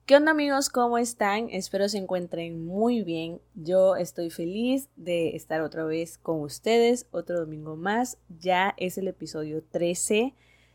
¿Qué onda amigos? ¿Cómo están? Espero se encuentren muy bien. Yo estoy feliz de estar otra vez con ustedes, otro domingo más. Ya es el episodio 13.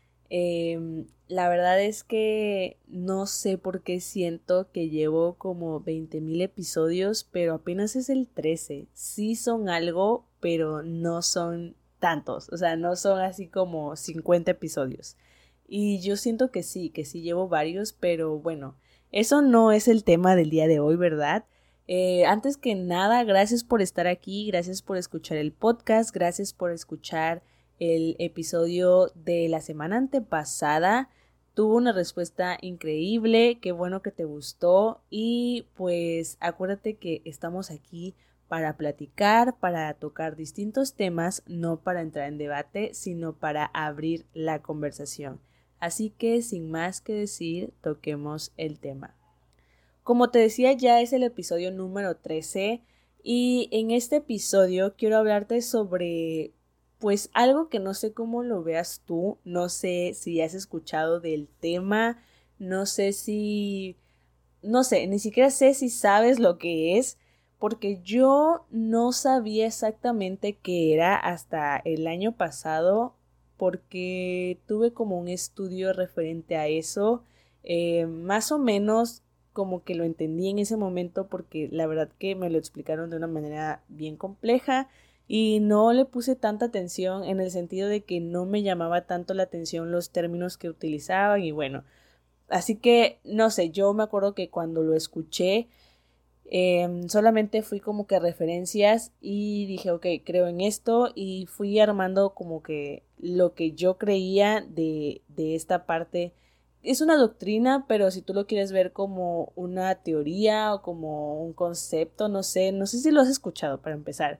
La verdad es que no sé por qué siento que llevo como 20,000 episodios, pero apenas es el 13. Sí son algo, pero no son tantos. O sea, no son así como 50 episodios. Y yo siento que sí llevo varios, pero bueno, eso no es el tema del día de hoy, ¿verdad? Antes que nada, gracias por estar aquí, gracias por escuchar el podcast, gracias por escuchar el episodio de la semana antepasada. Tuvo una respuesta increíble, qué bueno que te gustó y pues acuérdate que estamos aquí para platicar, para tocar distintos temas, no para entrar en debate, sino para abrir la conversación. Así que sin más que decir, toquemos el tema. Como te decía, ya es el episodio número 13 y en este episodio quiero hablarte sobre pues algo que no sé cómo lo veas tú, no sé si has escuchado del tema, no sé si, no sé, ni siquiera sé si sabes lo que es, porque yo no sabía exactamente qué era hasta el año pasado, porque tuve como un estudio referente a eso, más o menos como que lo entendí en ese momento porque la verdad que me lo explicaron de una manera bien compleja y no le puse tanta atención en el sentido de que no me llamaba tanto la atención los términos que utilizaban y bueno, así que no sé, yo me acuerdo que cuando lo escuché solamente fui como que a referencias y dije, ok, creo en esto y fui armando como que lo que yo creía de esta parte. Es una doctrina, pero si tú lo quieres ver como una teoría o como un concepto, no sé, no sé si lo has escuchado para empezar.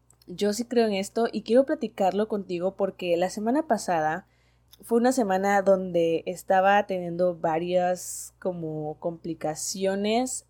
Yo sí creo en esto y quiero platicarlo contigo porque la semana pasada fue una semana donde estaba teniendo varias como complicaciones,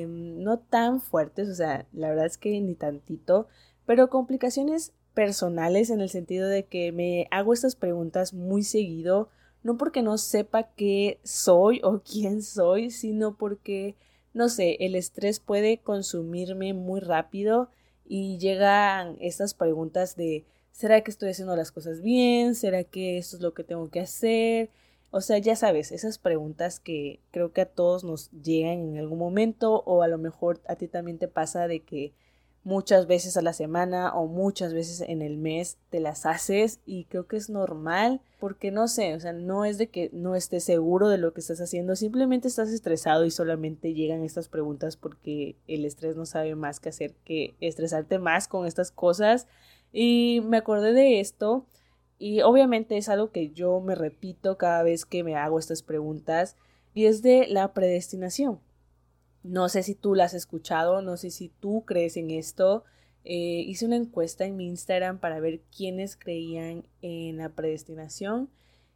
no tan fuertes, o sea, la verdad es que ni tantito, pero complicaciones personales en el sentido de que me hago estas preguntas muy seguido, no porque no sepa qué soy o quién soy, sino porque, no sé, el estrés puede consumirme muy rápido y llegan estas preguntas de ¿será que estoy haciendo las cosas bien? ¿Será que esto es lo que tengo que hacer? O sea, ya sabes, esas preguntas que creo que a todos nos llegan en algún momento o a lo mejor a ti también te pasa de que muchas veces a la semana o muchas veces en el mes te las haces y creo que es normal porque no sé, o sea, no es de que no estés seguro de lo que estás haciendo, simplemente estás estresado y solamente llegan estas preguntas porque el estrés no sabe más que hacer que estresarte más con estas cosas y me acordé de esto y obviamente es algo que yo me repito cada vez que me hago estas preguntas y es de la predestinación. No sé si tú la has escuchado, no sé si tú crees en esto. Hice una encuesta en mi Instagram para ver quiénes creían en la predestinación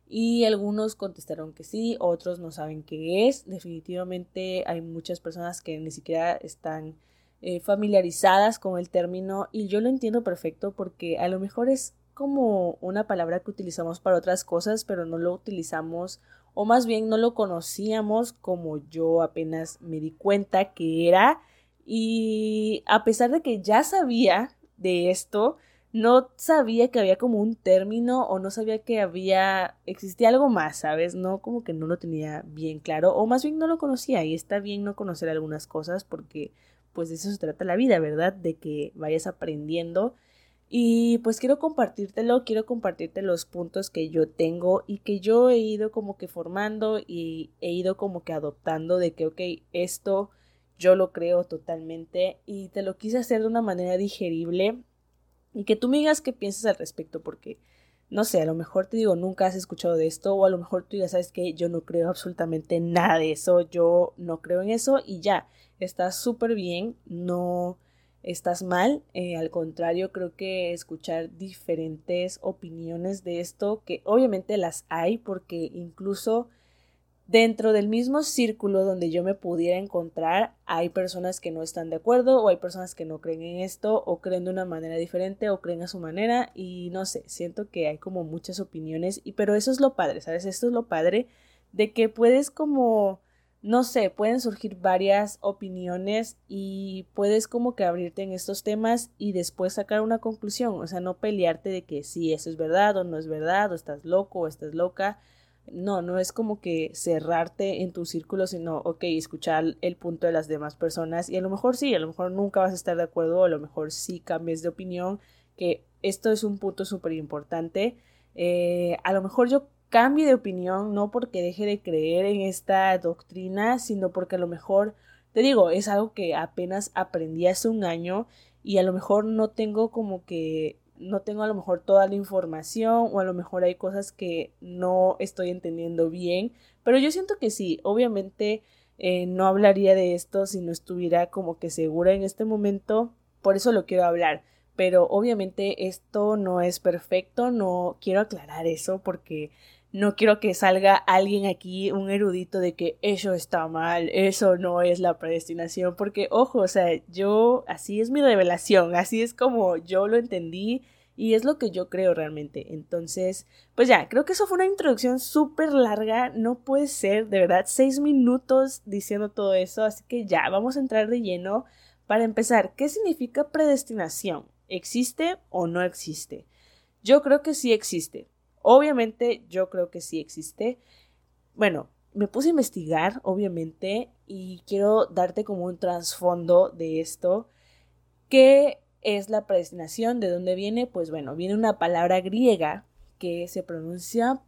y algunos contestaron que sí, otros no saben qué es. Definitivamente hay muchas personas que ni siquiera están familiarizadas con el término y yo lo entiendo perfecto porque a lo mejor es como una palabra que utilizamos para otras cosas, pero no lo utilizamos o más bien no lo conocíamos como yo apenas me di cuenta que era y a pesar de que ya sabía de esto, no sabía que había como un término o no sabía que existía algo más, ¿sabes? No, como que no lo tenía bien claro o más bien no lo conocía y está bien no conocer algunas cosas porque pues de eso se trata la vida, ¿verdad? De que vayas aprendiendo y pues quiero compartirte los puntos que yo tengo y que yo he ido como que formando y he ido como que adoptando de que, ok, esto yo lo creo totalmente y te lo quise hacer de una manera digerible y que tú me digas qué piensas al respecto porque, no sé, a lo mejor te digo, nunca has escuchado de esto o a lo mejor tú ya sabes que yo no creo absolutamente nada de eso, yo no creo en eso y ya, está súper bien, no estás mal, al contrario, creo que escuchar diferentes opiniones de esto, que obviamente las hay porque incluso dentro del mismo círculo donde yo me pudiera encontrar, hay personas que no están de acuerdo o hay personas que no creen en esto o creen de una manera diferente o creen a su manera y no sé, siento que hay como muchas opiniones y pero eso es lo padre, ¿sabes? Esto es lo padre de que puedes como no sé, pueden surgir varias opiniones y puedes como que abrirte en estos temas y después sacar una conclusión, o sea, no pelearte de que sí, eso es verdad o no es verdad, o estás loco o estás loca. No, no es como que cerrarte en tu círculo, sino, ok, escuchar el punto de las demás personas y a lo mejor sí, a lo mejor nunca vas a estar de acuerdo, o a lo mejor sí cambies de opinión, que esto es un punto súper importante. A lo mejor yo cambie de opinión no porque deje de creer en esta doctrina, sino porque a lo mejor, te digo, es algo que apenas aprendí hace un año y a lo mejor no tengo como que no tengo a lo mejor toda la información o a lo mejor hay cosas que no estoy entendiendo bien, pero yo siento que sí, obviamente no hablaría de esto si no estuviera como que segura en este momento, por eso lo quiero hablar, pero obviamente esto no es perfecto, no quiero aclarar eso porque no quiero que salga alguien aquí, un erudito, de que eso está mal, eso no es la predestinación, porque ojo, o sea, yo, así es mi revelación, así es como yo lo entendí y es lo que yo creo realmente. Entonces, pues ya, creo que eso fue una introducción súper larga, no puede ser, de verdad, 6 minutos diciendo todo eso, así que ya, vamos a entrar de lleno. Para empezar, ¿qué significa predestinación? ¿Existe o no existe? Yo creo que sí existe. Obviamente yo creo que sí existe. Bueno, me puse a investigar, obviamente, y quiero darte como un trasfondo de esto. ¿Qué es la predestinación? ¿De dónde viene? Pues bueno, viene una palabra griega que se pronuncia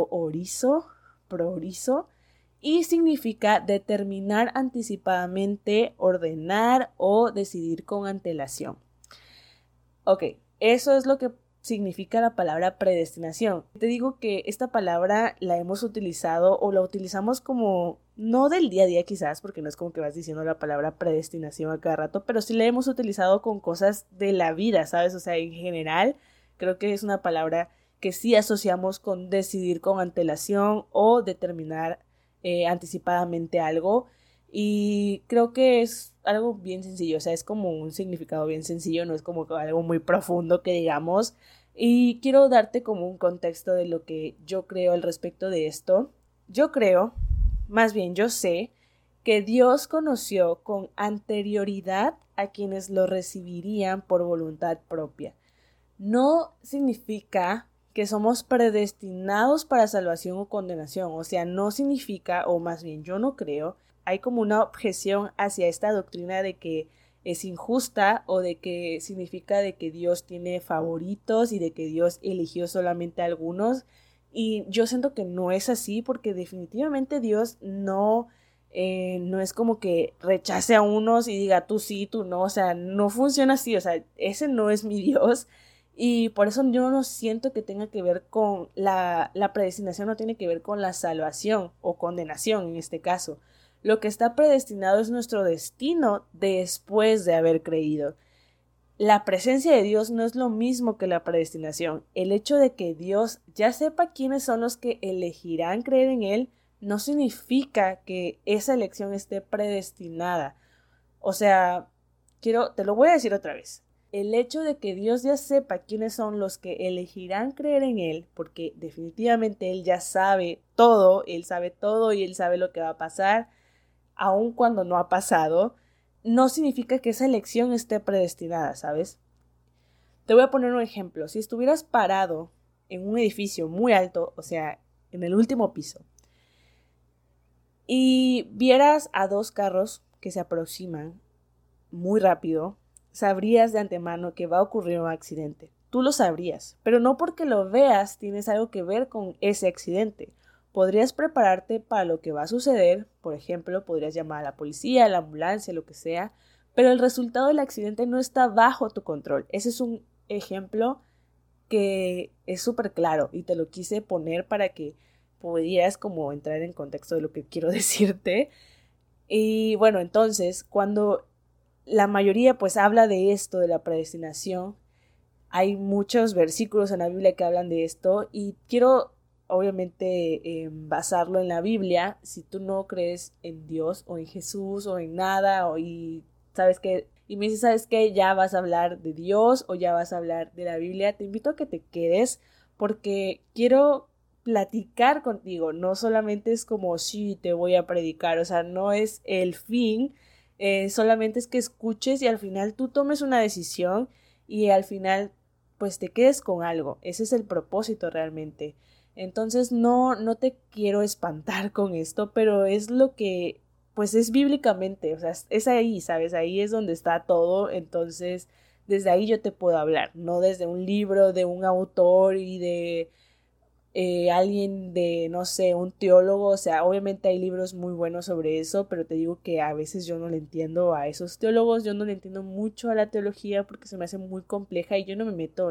proorizo, y significa determinar anticipadamente, ordenar o decidir con antelación. Ok, eso es lo que significa la palabra predestinación. Te digo que esta palabra la hemos utilizado o la utilizamos como, no del día a día quizás, porque no es como que vas diciendo la palabra predestinación a cada rato, pero sí la hemos utilizado con cosas de la vida, ¿sabes? O sea, en general, creo que es una palabra que sí asociamos con decidir con antelación o determinar anticipadamente algo. Y creo que es algo bien sencillo, o sea, es como un significado bien sencillo, no es como algo muy profundo que digamos. Y quiero darte como un contexto de lo que yo creo al respecto de esto. Yo creo, más bien yo sé, que Dios conoció con anterioridad a quienes lo recibirían por voluntad propia. No significa que somos predestinados para salvación o condenación, o sea, no significa, o más bien yo no creo, hay como una objeción hacia esta doctrina de que es injusta o de que significa de que Dios tiene favoritos y de que Dios eligió solamente a algunos, y yo siento que no es así porque definitivamente Dios no es como que rechace a unos y diga tú sí, tú no, o sea, no funciona así, o sea, ese no es mi Dios. Y por eso yo no siento que tenga que ver con la predestinación, no tiene que ver con la salvación o condenación en este caso. Lo que está predestinado es nuestro destino después de haber creído. La presencia de Dios no es lo mismo que la predestinación. El hecho de que Dios ya sepa quiénes son los que elegirán creer en Él no significa que esa elección esté predestinada. O sea, te lo voy a decir otra vez. El hecho de que Dios ya sepa quiénes son los que elegirán creer en Él, porque definitivamente Él ya sabe todo y Él sabe lo que va a pasar, aun cuando no ha pasado, no significa que esa elección esté predestinada, ¿sabes? Te voy a poner un ejemplo. Si estuvieras parado en un edificio muy alto, o sea, en el último piso, y vieras a dos carros que se aproximan muy rápido, sabrías de antemano que va a ocurrir un accidente. Tú lo sabrías, pero no porque lo veas tienes algo que ver con ese accidente. Podrías prepararte para lo que va a suceder, por ejemplo, podrías llamar a la policía, a la ambulancia, lo que sea, pero el resultado del accidente no está bajo tu control. Ese es un ejemplo que es súper claro y te lo quise poner para que pudieras como entrar en contexto de lo que quiero decirte. Y bueno, entonces, cuando la mayoría pues habla de esto, de la predestinación, hay muchos versículos en la Biblia que hablan de esto y quiero obviamente basarlo en la Biblia. Si tú no crees en Dios o en Jesús o en nada y sabes que y me dices, ¿sabes qué? Ya vas a hablar de Dios o ya vas a hablar de la Biblia, te invito a que te quedes porque quiero platicar contigo, no solamente es como sí, te voy a predicar, o sea, no es el fin, solamente es que escuches y al final tú tomes una decisión y al final pues te quedes con algo, ese es el propósito realmente. Entonces no te quiero espantar con esto, pero es lo que pues es bíblicamente, o sea, es ahí, ¿sabes? Ahí es donde está todo, entonces desde ahí yo te puedo hablar, no desde un libro de un autor y de alguien de, no sé, un teólogo, o sea, obviamente hay libros muy buenos sobre eso, pero te digo que a veces yo no le entiendo a esos teólogos, yo no le entiendo mucho a la teología porque se me hace muy compleja y yo no me meto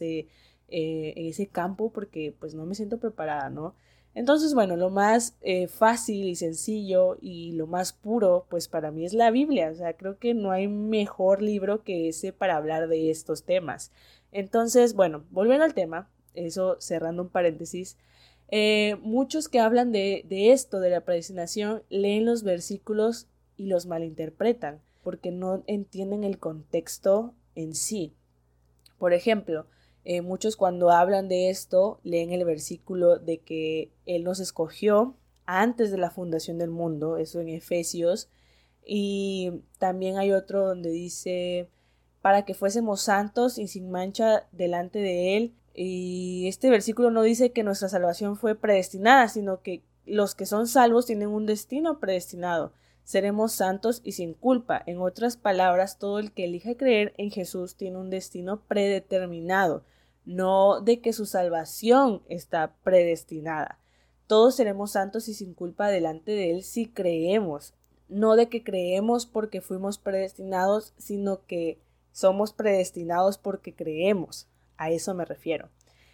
en ese campo porque pues no me siento preparada, ¿no? Entonces, bueno, lo más fácil y sencillo y lo más puro, pues para mí es la Biblia, o sea, creo que no hay mejor libro que ese para hablar de estos temas. Entonces, bueno, volviendo al tema, eso cerrando un paréntesis, muchos que hablan de esto, de la predestinación, leen los versículos y los malinterpretan porque no entienden el contexto en sí. Por ejemplo, muchos cuando hablan de esto leen el versículo de que Él nos escogió antes de la fundación del mundo, eso en Efesios, y también hay otro donde dice para que fuésemos santos y sin mancha delante de Él. Y este versículo no dice que nuestra salvación fue predestinada, sino que los que son salvos tienen un destino predestinado. Seremos santos y sin culpa. En otras palabras, todo el que elija creer en Jesús tiene un destino predeterminado, no de que su salvación está predestinada. Todos seremos santos y sin culpa delante de Él si creemos, no de que creemos porque fuimos predestinados, sino que somos predestinados porque creemos. A eso me refiero.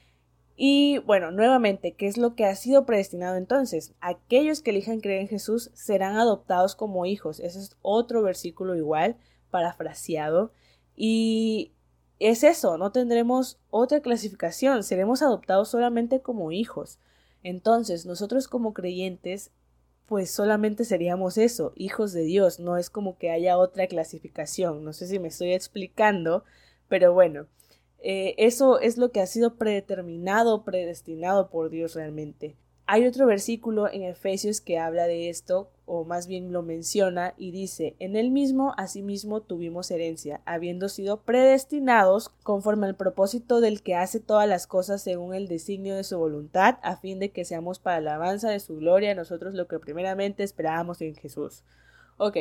Y bueno, nuevamente, ¿qué es lo que ha sido predestinado entonces? Aquellos que elijan creer en Jesús serán adoptados como hijos. Ese es otro versículo igual, parafraseado. Y es eso, no tendremos otra clasificación, seremos adoptados solamente como hijos. Entonces, nosotros como creyentes, pues solamente seríamos eso, hijos de Dios, no es como que haya otra clasificación. No sé si me estoy explicando, pero bueno. Eso es lo que ha sido predeterminado, predestinado por Dios realmente. Hay otro versículo en Efesios que habla de esto, o más bien lo menciona, y dice, en él mismo, asimismo, tuvimos herencia, habiendo sido predestinados conforme al propósito del que hace todas las cosas según el designio de su voluntad, a fin de que seamos para la alabanza de su gloria, nosotros lo que primeramente esperábamos en Jesús. Ok.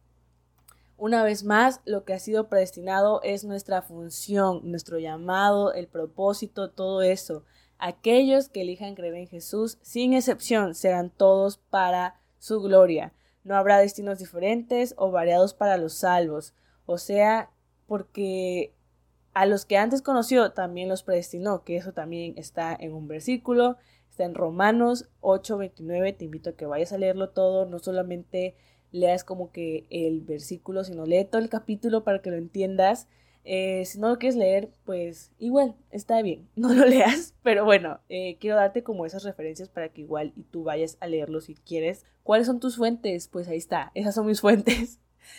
Una vez más, lo que ha sido predestinado es nuestra función, nuestro llamado, el propósito, todo eso. Aquellos que elijan creer en Jesús, sin excepción, serán todos para su gloria. No habrá destinos diferentes o variados para los salvos. O sea, porque a los que antes conoció también los predestinó, que eso también está en un versículo, está en Romanos 8:29, te invito a que vayas a leerlo todo, no solamente leas como que el versículo, sino lee todo el capítulo para que lo entiendas. Si no lo quieres leer, pues igual, está bien, no lo leas, pero bueno, quiero darte como esas referencias para que igual y tú vayas a leerlo si quieres. ¿Cuáles son tus fuentes? Pues ahí está, esas son mis fuentes.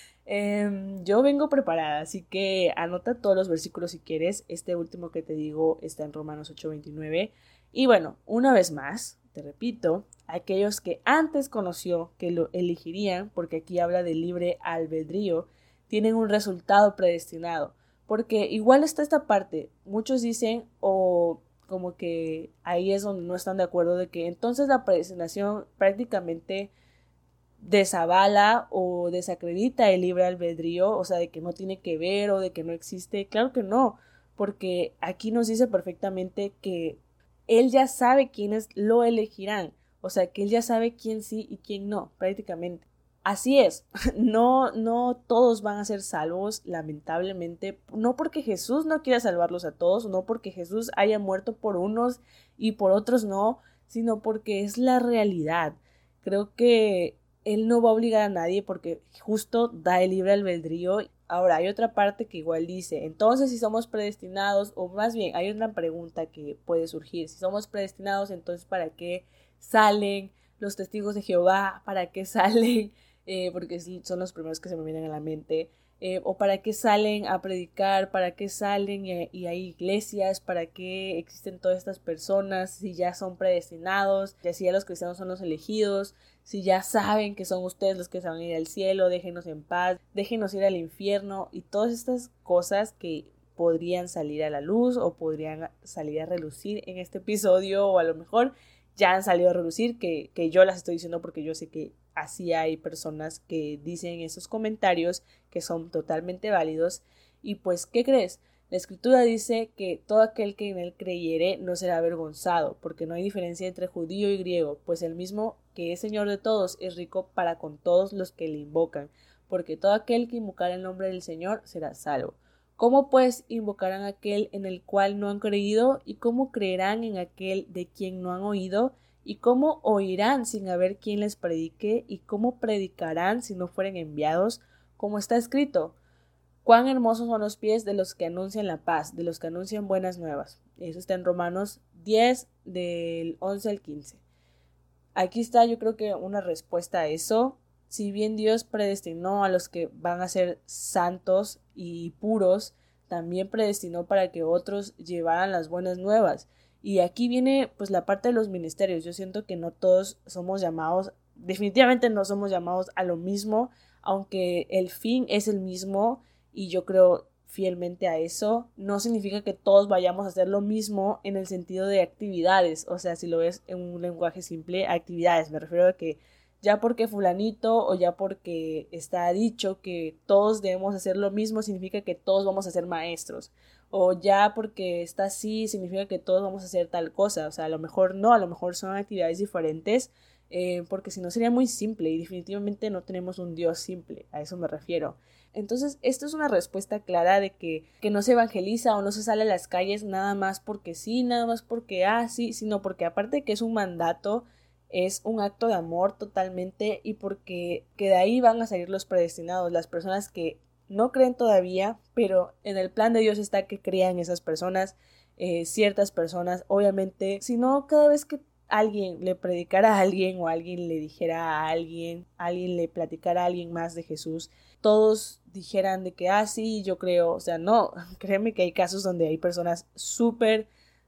Yo vengo preparada, así que anota todos los versículos si quieres. Este último que te digo está en Romanos 8:29. Y bueno, una vez más, te repito, aquellos que antes conoció que lo elegirían, porque aquí habla de libre albedrío, tienen un resultado predestinado. Porque igual está esta parte, muchos dicen, o como que ahí es donde no están de acuerdo, de que entonces la predestinación prácticamente desavala o desacredita el libre albedrío, o sea, de que no tiene que ver o de que no existe. Claro que no, porque aquí nos dice perfectamente que él ya sabe quiénes lo elegirán, o sea, que él ya sabe quién sí y quién no, prácticamente. Así es, no todos van a ser salvos, lamentablemente, no porque Jesús no quiera salvarlos a todos, no porque Jesús haya muerto por unos y por otros no, sino porque es la realidad. Creo que él no va a obligar a nadie porque justo da el libre albedrío. Ahora, hay otra parte que igual dice, entonces si somos predestinados, o más bien hay una pregunta que puede surgir, si somos predestinados, entonces ¿para qué salen los testigos de Jehová? ¿Para qué salen? Porque son los primeros que se me vienen a la mente. o para qué salen a predicar, para qué salen y hay iglesias, para qué existen todas estas personas, si ya son predestinados, si ya los cristianos son los elegidos, si ya saben que son ustedes los que se van a ir al cielo, déjenos en paz, déjenos ir al infierno y todas estas cosas que podrían salir a la luz o podrían salir a relucir en este episodio, o a lo mejor ya han salido a relucir, que yo las estoy diciendo porque yo sé que así hay personas que dicen esos comentarios que son totalmente válidos. Y pues, ¿qué crees? La escritura dice que todo aquel que en él creyere no será avergonzado, porque no hay diferencia entre judío y griego, pues el mismo que es Señor de todos es rico para con todos los que le invocan, porque todo aquel que invocar el nombre del Señor será salvo. ¿Cómo pues invocarán a aquel en el cual no han creído? ¿Y cómo creerán en aquel de quien no han oído? ¿Y cómo oirán sin haber quien les predique? ¿Y cómo predicarán si no fueren enviados? Como está escrito: cuán hermosos son los pies de los que anuncian la paz, de los que anuncian buenas nuevas. Eso está en Romanos 10, del 11 al 15. Aquí está, yo creo que una respuesta a eso. Si bien Dios predestinó a los que van a ser santos y puros, también predestinó para que otros llevaran las buenas nuevas. Y aquí viene pues la parte de los ministerios. Yo siento que no todos somos llamados, definitivamente no somos llamados a lo mismo, aunque el fin es el mismo y yo creo fielmente a eso. No significa que todos vayamos a hacer lo mismo en el sentido de actividades, o sea, si lo ves en un lenguaje simple, actividades, me refiero a que ya porque fulanito o ya porque está dicho que todos debemos hacer lo mismo significa que todos vamos a ser maestros, o ya porque está así significa que todos vamos a hacer tal cosa, o sea, a lo mejor no, a lo mejor son actividades diferentes, porque si no sería muy simple y definitivamente no tenemos un Dios simple, a eso me refiero. Entonces, esto es una respuesta clara de que no se evangeliza o no se sale a las calles nada más porque sí, nada más porque sí, sino porque aparte de que es un mandato, es un acto de amor totalmente, y porque que de ahí van a salir los predestinados, las personas que no creen todavía, pero en el plan de Dios está que crean esas personas, ciertas personas, obviamente, si no, cada vez que alguien le predicara a alguien o alguien le dijera a alguien le platicara a alguien más de Jesús, todos dijeran de que, sí, yo creo, o sea, no, créeme que hay casos donde hay personas súper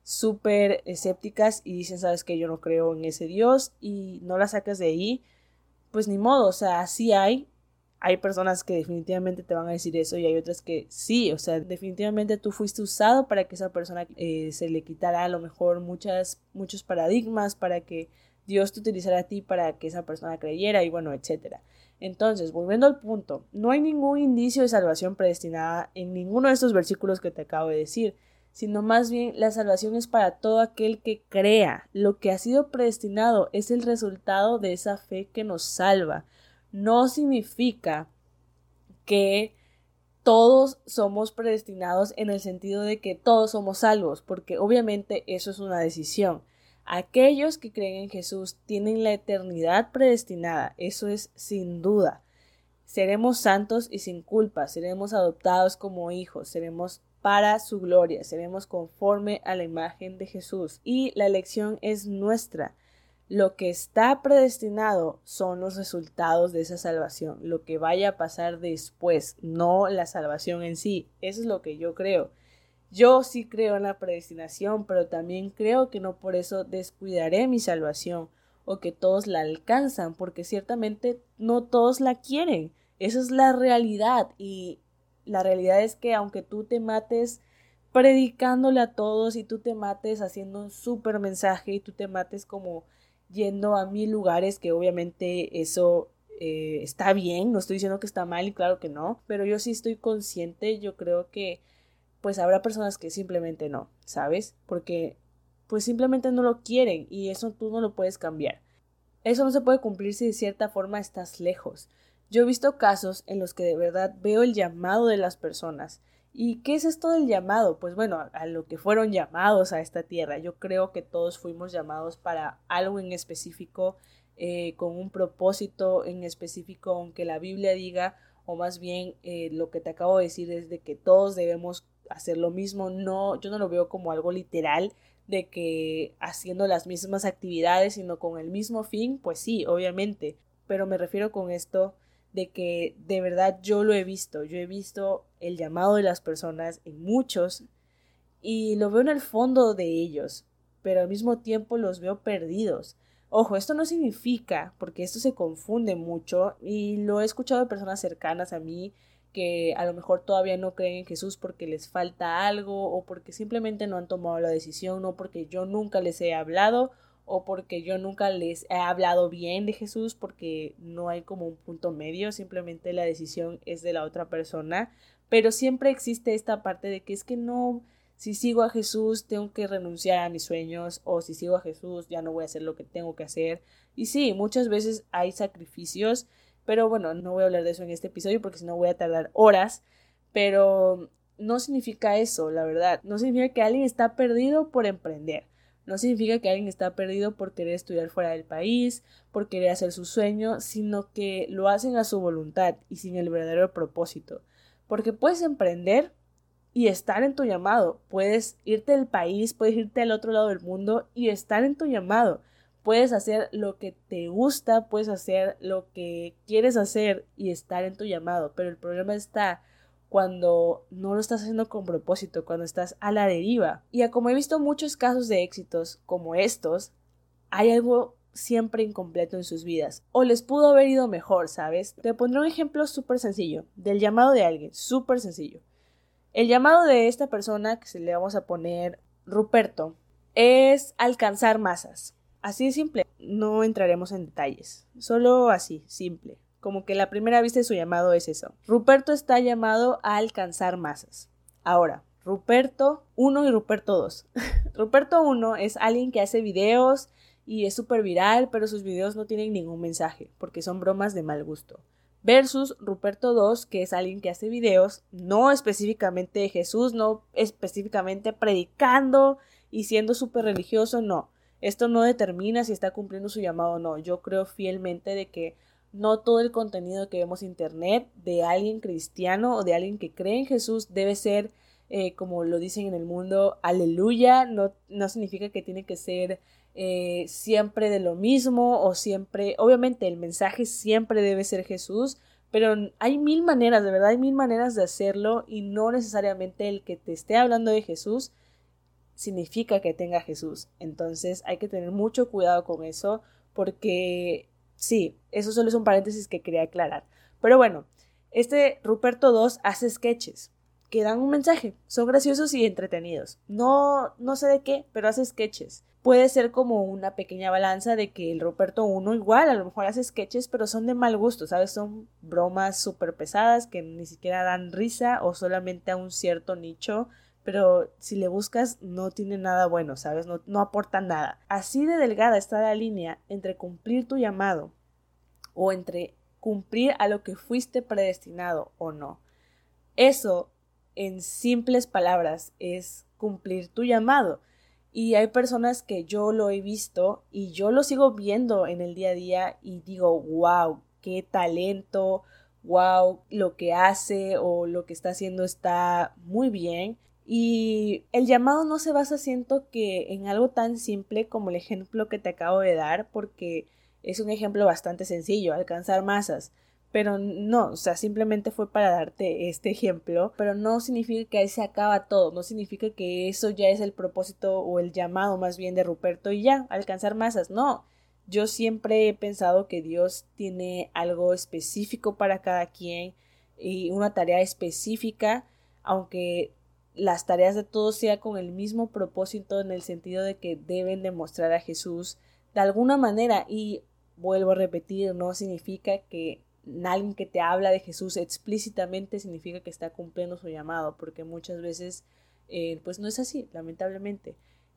escépticas y dicen, sabes que yo no creo en ese Dios, y no la sacas de ahí, pues ni modo, o sea, sí hay personas que definitivamente te van a decir eso y hay otras que sí, o sea, definitivamente tú fuiste usado para que esa persona se le quitara a lo mejor muchos paradigmas, para que Dios te utilizara a ti para que esa persona creyera y bueno, etcétera. Entonces, volviendo al punto, no hay ningún indicio de salvación predestinada en ninguno de estos versículos que te acabo de decir, sino más bien la salvación es para todo aquel que crea. Lo que ha sido predestinado es el resultado de esa fe que nos salva. No significa que todos somos predestinados en el sentido de que todos somos salvos, porque obviamente eso es una decisión. Aquellos que creen en Jesús tienen la eternidad predestinada, eso es sin duda. Seremos santos y sin culpa, seremos adoptados como hijos, seremos para su gloria, seremos conforme a la imagen de Jesús y la elección es nuestra. Lo que está predestinado son los resultados de esa salvación, lo que vaya a pasar después, no la salvación en sí. Eso es lo que yo creo. Yo sí creo en la predestinación, pero también creo que no por eso descuidaré mi salvación o que todos la alcanzan, porque ciertamente no todos la quieren. Esa es la realidad, y la realidad es que aunque tú te mates predicándole a todos y tú te mates haciendo un súper mensaje y tú te mates como yendo a 1000 lugares, que obviamente eso está bien, no estoy diciendo que está mal y claro que no, pero yo sí estoy consciente, yo creo que pues habrá personas que simplemente no, ¿sabes? Porque pues simplemente no lo quieren y eso tú no lo puedes cambiar. Eso no se puede cumplir si de cierta forma estás lejos. Yo he visto casos en los que de verdad veo el llamado de las personas. ¿Y qué es esto del llamado? Pues bueno, a lo que fueron llamados a esta tierra. Yo creo que todos fuimos llamados para algo en específico, con un propósito en específico, aunque la Biblia diga, o más bien lo que te acabo de decir es de que todos debemos hacer lo mismo. No, yo no lo veo como algo literal de que haciendo las mismas actividades sino con el mismo fin, pues sí, obviamente, pero me refiero con esto de que de verdad yo lo he visto. Yo he visto el llamado de las personas en muchos y lo veo en el fondo de ellos, pero al mismo tiempo los veo perdidos. Ojo, esto no significa, porque esto se confunde mucho y lo he escuchado de personas cercanas a mí que a lo mejor todavía no creen en Jesús porque les falta algo o porque simplemente no han tomado la decisión, no porque yo nunca les he hablado o porque yo nunca les he hablado bien de Jesús, porque no hay como un punto medio, simplemente la decisión es de la otra persona, pero siempre existe esta parte de que es que no, si sigo a Jesús tengo que renunciar a mis sueños, o si sigo a Jesús ya no voy a hacer lo que tengo que hacer. Y sí, muchas veces hay sacrificios, pero bueno, no voy a hablar de eso en este episodio porque si no voy a tardar horas, pero no significa eso, la verdad. No significa que alguien está perdido por emprender. No significa que alguien está perdido por querer estudiar fuera del país, por querer hacer su sueño, sino que lo hacen a su voluntad y sin el verdadero propósito. Porque puedes emprender y estar en tu llamado. Puedes irte del país, puedes irte al otro lado del mundo y estar en tu llamado. Puedes hacer lo que te gusta, puedes hacer lo que quieres hacer y estar en tu llamado. Pero el problema está cuando no lo estás haciendo con propósito, cuando estás a la deriva. Y como he visto muchos casos de éxitos como estos, hay algo siempre incompleto en sus vidas. O les pudo haber ido mejor, ¿sabes? Te pondré un ejemplo súper sencillo del llamado de alguien, súper sencillo. El llamado de esta persona, que se le vamos a poner Ruperto, es alcanzar masas. Así de simple, no entraremos en detalles, solo así, simple. Como que la primera vista de su llamado es eso. Ruperto está llamado a alcanzar masas. Ahora, Ruperto 1 y Ruperto 2. Ruperto 1 es alguien que hace videos y es súper viral, pero sus videos no tienen ningún mensaje, porque son bromas de mal gusto. Versus Ruperto 2, que es alguien que hace videos, no específicamente de Jesús, no específicamente predicando y siendo súper religioso, no. Esto no determina si está cumpliendo su llamado o no. Yo creo fielmente de que no todo el contenido que vemos en internet de alguien cristiano o de alguien que cree en Jesús debe ser, como lo dicen en el mundo, aleluya. No significa que tiene que ser siempre de lo mismo o siempre, obviamente el mensaje siempre debe ser Jesús, pero hay mil maneras, de verdad hay mil maneras de hacerlo y no necesariamente el que te esté hablando de Jesús significa que tenga Jesús. Entonces hay que tener mucho cuidado con eso porque sí, eso solo es un paréntesis que quería aclarar. Pero bueno, este Ruperto 2 hace sketches que dan un mensaje, son graciosos y entretenidos. No sé de qué, pero hace sketches. Puede ser como una pequeña balanza de que el Ruperto 1 igual a lo mejor hace sketches, pero son de mal gusto, ¿sabes? Son bromas súper pesadas que ni siquiera dan risa o solamente a un cierto nicho, pero si le buscas no tiene nada bueno, ¿sabes? No aporta nada. Así de delgada está la línea entre cumplir tu llamado o entre cumplir a lo que fuiste predestinado o no. Eso, en simples palabras, es cumplir tu llamado. Y hay personas que yo lo he visto y yo lo sigo viendo en el día a día y digo, wow, qué talento, wow, lo que hace o lo que está haciendo está muy bien. Y el llamado no se basa, siento que en algo tan simple como el ejemplo que te acabo de dar, porque es un ejemplo bastante sencillo, alcanzar masas. Pero no, o sea, simplemente fue para darte este ejemplo, pero no significa que ahí se acaba todo, no significa que eso ya es el propósito o el llamado más bien de Ruperto y ya, alcanzar masas, no. Yo siempre he pensado que Dios tiene algo específico para cada quien y una tarea específica, aunque las tareas de todos sea con el mismo propósito en el sentido de que deben demostrar a Jesús de alguna manera. Y vuelvo a repetir, no significa que alguien que te habla de Jesús explícitamente significa que está cumpliendo su llamado, porque muchas veces pues no es así, lamentablemente.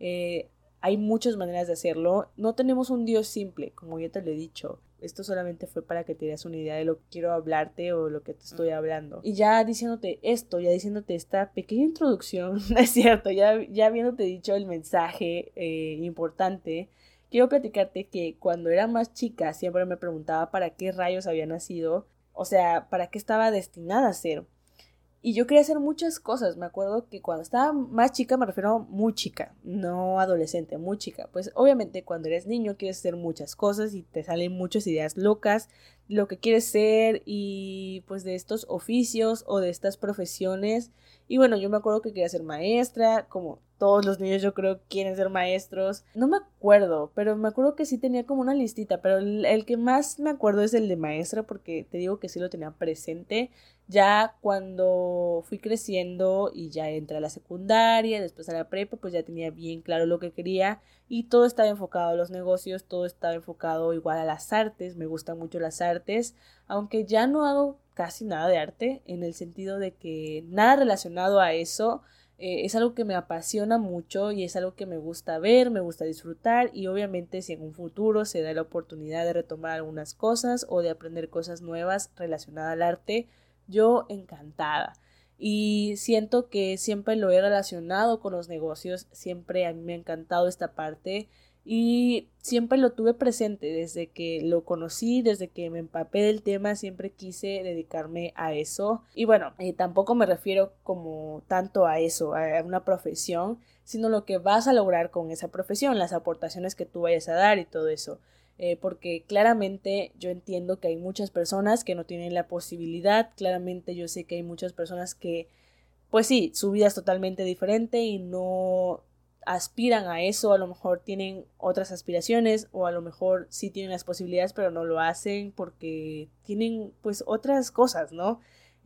Hay muchas maneras de hacerlo. No tenemos un Dios simple, como ya te lo he dicho. Esto solamente fue para que te des una idea de lo que quiero hablarte o lo que te estoy hablando. Y ya diciéndote esto, ya diciéndote esta pequeña introducción, no es cierto, ya habiéndote dicho el mensaje importante, quiero platicarte que cuando era más chica siempre me preguntaba para qué rayos había nacido, o sea, para qué estaba destinada a ser. Y yo quería hacer muchas cosas. Me acuerdo que cuando estaba más chica, me refiero a muy chica, no adolescente, muy chica. Pues obviamente cuando eres niño quieres hacer muchas cosas y te salen muchas ideas locas, lo que quieres ser y pues de estos oficios o de estas profesiones. Y bueno, yo me acuerdo que quería ser maestra, como todos los niños yo creo quieren ser maestros. No me acuerdo, pero me acuerdo que sí tenía como una listita, pero el que más me acuerdo es el de maestra porque te digo que sí lo tenía presente. Ya cuando fui creciendo y ya entré a la secundaria, después a la prepa, pues ya tenía bien claro lo que quería y todo estaba enfocado a los negocios, todo estaba enfocado igual a las artes, me gustan mucho las artes, aunque ya no hago casi nada de arte en el sentido de que nada relacionado a eso es algo que me apasiona mucho y es algo que me gusta ver, me gusta disfrutar y obviamente si en un futuro se da la oportunidad de retomar algunas cosas o de aprender cosas nuevas relacionadas al arte, yo encantada. Y siento que siempre lo he relacionado con los negocios, siempre a mí me ha encantado esta parte y siempre lo tuve presente desde que lo conocí, desde que me empapé del tema, siempre quise dedicarme a eso. Y bueno, tampoco me refiero como tanto a eso, a una profesión, sino lo que vas a lograr con esa profesión, las aportaciones que tú vayas a dar y todo eso. Porque claramente yo entiendo que hay muchas personas que no tienen la posibilidad, claramente yo sé que hay muchas personas que, pues sí, su vida es totalmente diferente y no aspiran a eso, a lo mejor tienen otras aspiraciones o a lo mejor sí tienen las posibilidades pero no lo hacen porque tienen pues otras cosas, ¿no?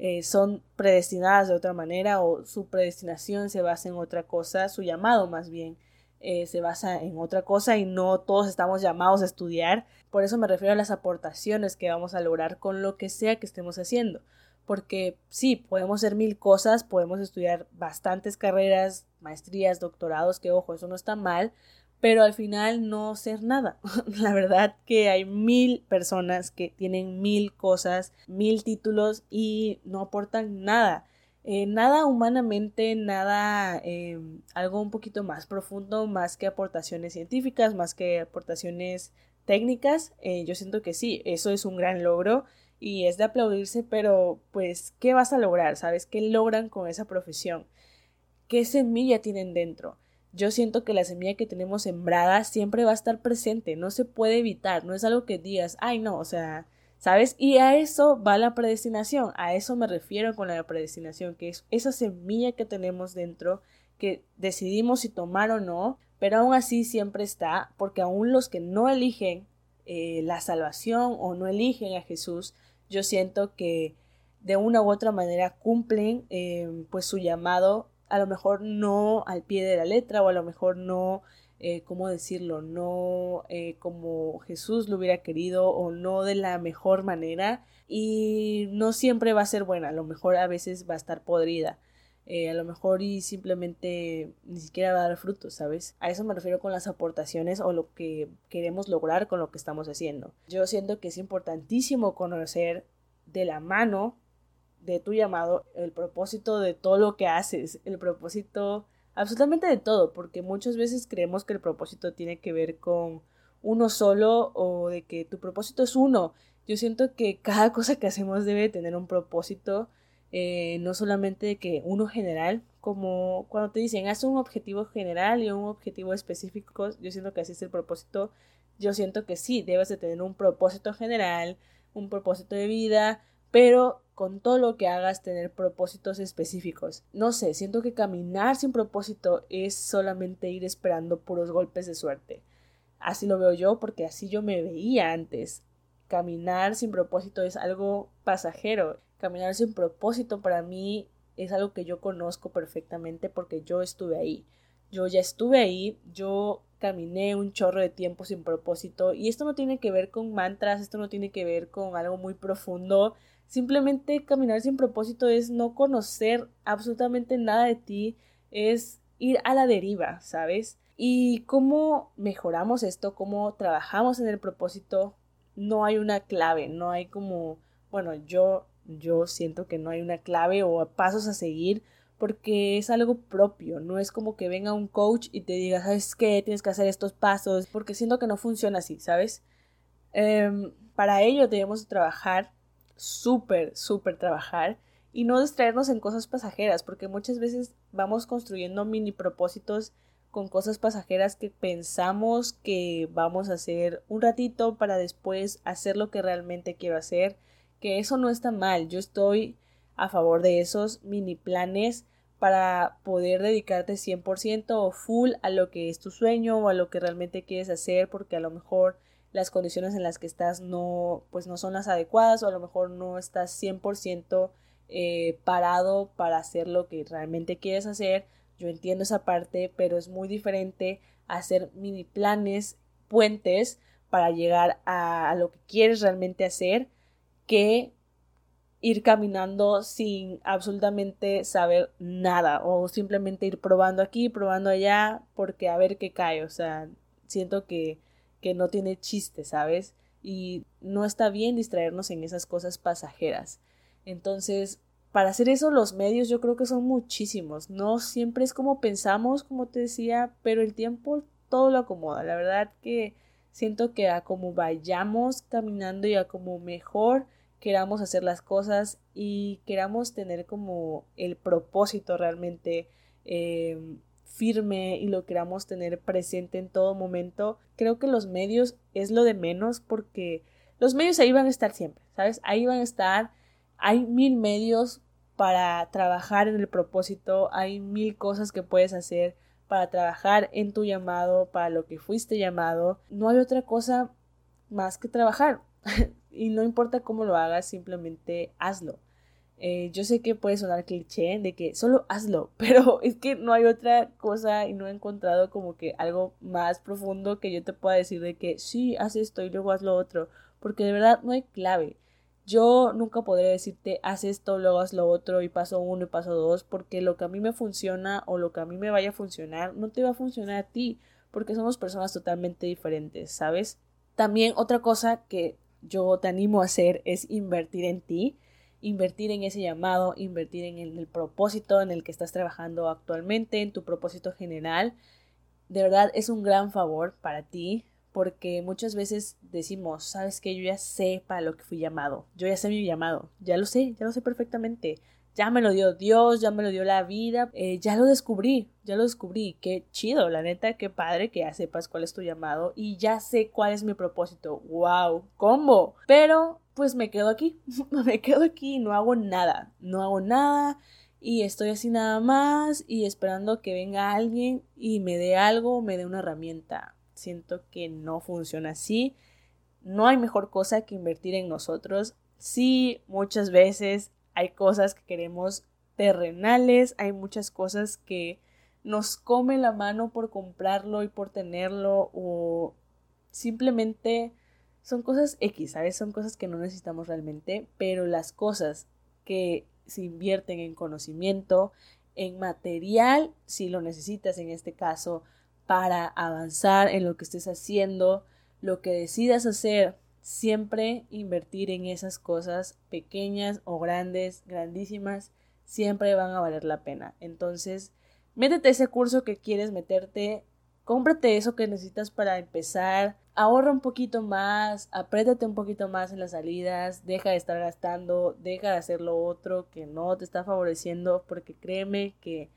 Son predestinadas de otra manera o su predestinación se basa en otra cosa, su llamado más bien se basa en otra cosa y no todos estamos llamados a estudiar. Por eso me refiero a las aportaciones que vamos a lograr con lo que sea que estemos haciendo. Porque sí, podemos hacer mil cosas, podemos estudiar bastantes carreras, maestrías, doctorados, que ojo, eso no está mal, pero al final no ser nada. La verdad que hay mil personas que tienen mil cosas, mil títulos y no aportan nada. Nada humanamente, nada algo un poquito más profundo, más que aportaciones científicas, más que aportaciones técnicas. Yo siento que sí, eso es un gran logro y es de aplaudirse, pero pues, ¿qué vas a lograr? ¿Sabes? ¿Qué logran con esa profesión? ¿Qué semilla tienen dentro? Yo siento que la semilla que tenemos sembrada siempre va a estar presente, no se puede evitar, no es algo que digas, ay no, o sea, ¿sabes? Y a eso va la predestinación, a eso me refiero con la predestinación, que es esa semilla que tenemos dentro, que decidimos si tomar o no, pero aún así siempre está, porque aún los que no eligen la salvación o no eligen a Jesús, yo siento que de una u otra manera cumplen pues su llamado, a lo mejor no al pie de la letra o a lo mejor no, ¿cómo decirlo? No como Jesús lo hubiera querido o no de la mejor manera y no siempre va a ser buena, a lo mejor a veces va a estar podrida. A lo mejor y simplemente ni siquiera va a dar frutos, ¿sabes? A eso me refiero con las aportaciones o lo que queremos lograr con lo que estamos haciendo. Yo siento que es importantísimo conocer de la mano de tu llamado, el propósito de todo lo que haces, el propósito absolutamente de todo, porque muchas veces creemos que el propósito tiene que ver con uno solo o de que tu propósito es uno. Yo siento que cada cosa que hacemos debe tener un propósito, no solamente de que uno general, como cuando te dicen haz un objetivo general y un objetivo específico, yo siento que así es el propósito. Yo siento que sí, debes de tener un propósito general, un propósito de vida, pero con todo lo que hagas tener propósitos específicos. No sé, siento que caminar sin propósito es solamente ir esperando puros golpes de suerte. Así lo veo yo porque así yo me veía antes. Caminar sin propósito es algo pasajero. Caminar sin propósito para mí es algo que yo conozco perfectamente porque yo estuve ahí. Yo ya estuve ahí, yo caminé un chorro de tiempo sin propósito y esto no tiene que ver con mantras, esto no tiene que ver con algo muy profundo. Simplemente caminar sin propósito es no conocer absolutamente nada de ti, es ir a la deriva, ¿sabes? ¿Y cómo mejoramos esto? ¿Cómo trabajamos en el propósito? No hay una clave, no hay como, bueno, yo siento que no hay una clave o pasos a seguir porque es algo propio, no es como que venga un coach y te diga, ¿sabes qué? Tienes que hacer estos pasos, porque siento que no funciona así, ¿sabes? Para ello debemos trabajar, súper trabajar y no distraernos en cosas pasajeras, porque muchas veces vamos construyendo mini propósitos con cosas pasajeras que pensamos que vamos a hacer un ratito para después hacer lo que realmente quiero hacer, que eso no está mal. Yo estoy a favor de esos mini planes para poder dedicarte 100% o full a lo que es tu sueño o a lo que realmente quieres hacer, porque a lo mejor las condiciones en las que estás no, pues no son las adecuadas, o a lo mejor no estás 100% parado para hacer lo que realmente quieres hacer. Yo entiendo esa parte, pero es muy diferente hacer mini planes, puentes para llegar a lo que quieres realmente hacer, que ir caminando sin absolutamente saber nada o simplemente ir probando aquí, probando allá, porque a ver qué cae. O sea, siento que no tiene chiste, ¿sabes? Y no está bien distraernos en esas cosas pasajeras. Entonces, para hacer eso, los medios yo creo que son muchísimos. No siempre es como pensamos, como te decía, pero el tiempo todo lo acomoda. La verdad que siento que a como vayamos caminando y a como mejor queramos hacer las cosas y queramos tener como el propósito realmente firme y lo queramos tener presente en todo momento, creo que los medios es lo de menos, porque los medios ahí van a estar siempre, ¿sabes? Ahí van a estar, hay mil medios para trabajar en el propósito, hay mil cosas que puedes hacer para trabajar en tu llamado, para lo que fuiste llamado. No hay otra cosa más que trabajar. Y no importa cómo lo hagas, simplemente hazlo. Yo sé que puede sonar cliché de que solo hazlo, pero es que no hay otra cosa y no he encontrado como que algo más profundo que yo te pueda decir de que sí, haz esto y luego haz lo otro, porque de verdad no hay clave. Yo nunca podré decirte haz esto, luego haz lo otro y paso uno y paso dos, porque lo que a mí me funciona o lo que a mí me vaya a funcionar no te va a funcionar a ti, porque somos personas totalmente diferentes, ¿sabes? También otra cosa que yo te animo a hacer es invertir en ti, invertir en ese llamado, invertir en el propósito en el que estás trabajando actualmente, en tu propósito general. De verdad es un gran favor para ti, porque muchas veces decimos, sabes que yo ya sé para lo que fui llamado, yo ya sé mi llamado, ya lo sé perfectamente, ya me lo dio Dios, ya me lo dio la vida, ya lo descubrí, qué chido, la neta, qué padre que ya sepas cuál es tu llamado y ya sé cuál es mi propósito, wow, ¿cómo? Pero pues me quedo aquí, me quedo aquí y no hago nada, no hago nada y estoy así nada más y esperando que venga alguien y me dé algo, me dé una herramienta. Siento que no funciona así. No hay mejor cosa que invertir en nosotros. Sí, muchas veces hay cosas que queremos terrenales, hay muchas cosas que nos come la mano por comprarlo y por tenerlo, o simplemente son cosas X, ¿sabes? Son cosas que no necesitamos realmente, pero las cosas que se invierten en conocimiento, en material, si lo necesitas en este caso, para avanzar en lo que estés haciendo, lo que decidas hacer, siempre invertir en esas cosas pequeñas o grandes, grandísimas, siempre van a valer la pena. Entonces, métete ese curso que quieres meterte, cómprate eso que necesitas para empezar, ahorra un poquito más, apriétate un poquito más en las salidas, deja de estar gastando, deja de hacer lo otro que no te está favoreciendo, porque créeme que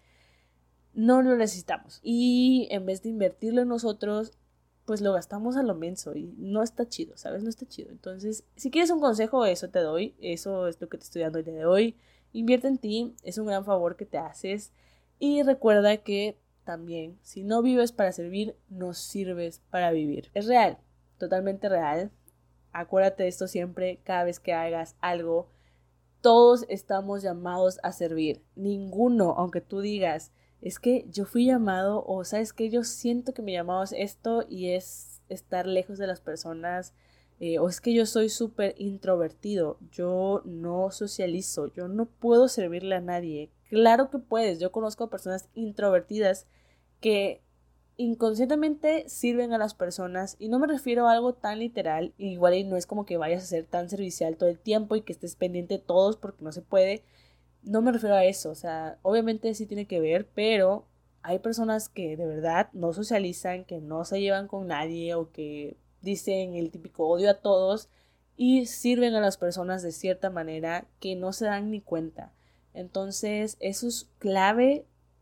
no lo necesitamos. Y en vez de invertirlo en nosotros, pues lo gastamos a lo menso y no está chido, ¿sabes? No está chido. Entonces, si quieres un consejo, eso te doy, eso es lo que te estoy dando el día de hoy. Invierte en ti, es un gran favor que te haces. Y recuerda que también, si no vives para servir, no sirves para vivir. Es real, totalmente real. Acuérdate de esto siempre, cada vez que hagas algo. Todos estamos llamados a servir. Ninguno, aunque tú digas, es que yo fui llamado, o sabes que yo siento que mi llamado es esto y es estar lejos de las personas, o es que yo soy súper introvertido, yo no socializo, yo no puedo servirle a nadie. Claro que puedes, yo conozco personas introvertidas que inconscientemente sirven a las personas, y no me refiero a algo tan literal, igual y no es como que vayas a ser tan servicial todo el tiempo y que estés pendiente de todos porque no se puede, no me refiero a eso, o sea, obviamente sí tiene que ver, pero hay personas que de verdad no socializan, que no se llevan con nadie o que dicen el típico odio a todos y sirven a las personas de cierta manera que no se dan ni cuenta. Entonces eso es clave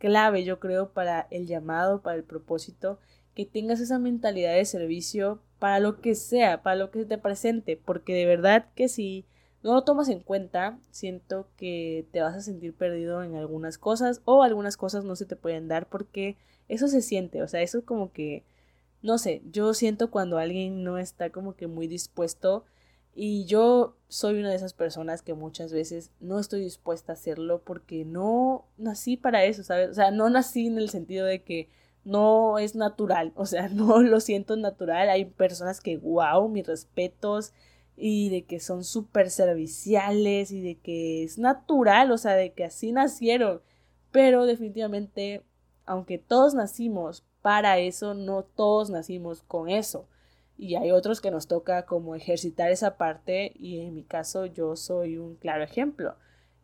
clave, yo creo, para el llamado, para el propósito, que tengas esa mentalidad de servicio para lo que sea, para lo que se te presente, porque de verdad que si no lo tomas en cuenta, siento que te vas a sentir perdido en algunas cosas o algunas cosas no se te pueden dar porque eso se siente, o sea, eso como que, no sé, yo siento cuando alguien no está como que muy dispuesto y yo soy una de esas personas que muchas veces no estoy dispuesta a hacerlo porque no nací para eso, ¿sabes? O sea, no nací en el sentido de que no es natural, o sea, no lo siento natural. Hay personas que, wow, mis respetos y de que son súper serviciales y de que es natural, o sea, de que así nacieron. Pero definitivamente, aunque todos nacimos para eso, no todos nacimos con eso. Y hay otros que nos toca como ejercitar esa parte y en mi caso yo soy un claro ejemplo.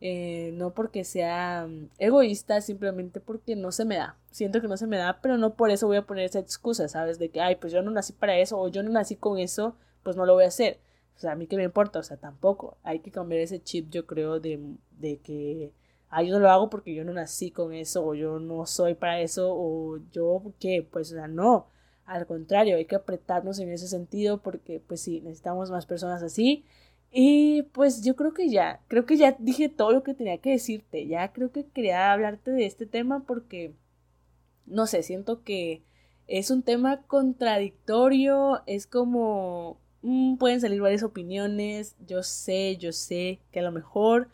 No porque sea egoísta, simplemente porque no se me da. Siento que no se me da, pero no por eso voy a poner esa excusa, ¿sabes? De que, ay, pues yo no nací para eso o yo no nací con eso, pues no lo voy a hacer. O sea, a mí qué me importa, o sea, tampoco. Hay que cambiar ese chip, yo creo, de que, ay, yo no lo hago porque yo no nací con eso o yo no soy para eso o yo, ¿qué? Pues, o sea, no. Al contrario, hay que apretarnos en ese sentido porque, pues sí, necesitamos más personas así. Y pues yo creo que ya dije todo lo que tenía que decirte. Ya creo que quería hablarte de este tema porque, no sé, siento que es un tema contradictorio, es como, pueden salir varias opiniones. Yo sé que a lo mejor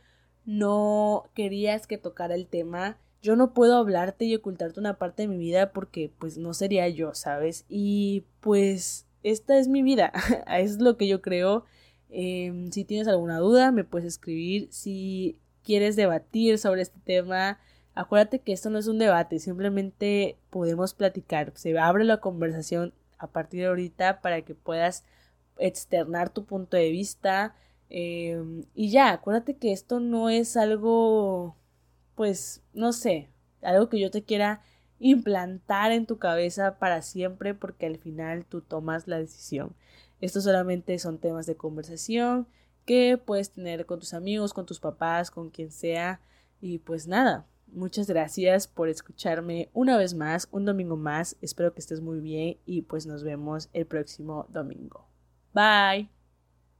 no querías que tocara el tema. Yo no puedo hablarte y ocultarte una parte de mi vida porque pues no sería yo, ¿sabes? Y pues esta es mi vida, es lo que yo creo. Si tienes alguna duda, me puedes escribir. Si quieres debatir sobre este tema, acuérdate que esto no es un debate, simplemente podemos platicar. Se abre la conversación a partir de ahorita para que puedas externar tu punto de vista. Y ya, acuérdate que esto no es algo, pues, no sé, algo que yo te quiera implantar en tu cabeza para siempre porque al final tú tomas la decisión. Estos solamente son temas de conversación que puedes tener con tus amigos, con tus papás, con quien sea. Y pues nada, muchas gracias por escucharme una vez más, un domingo más. Espero que estés muy bien y pues nos vemos el próximo domingo. Bye.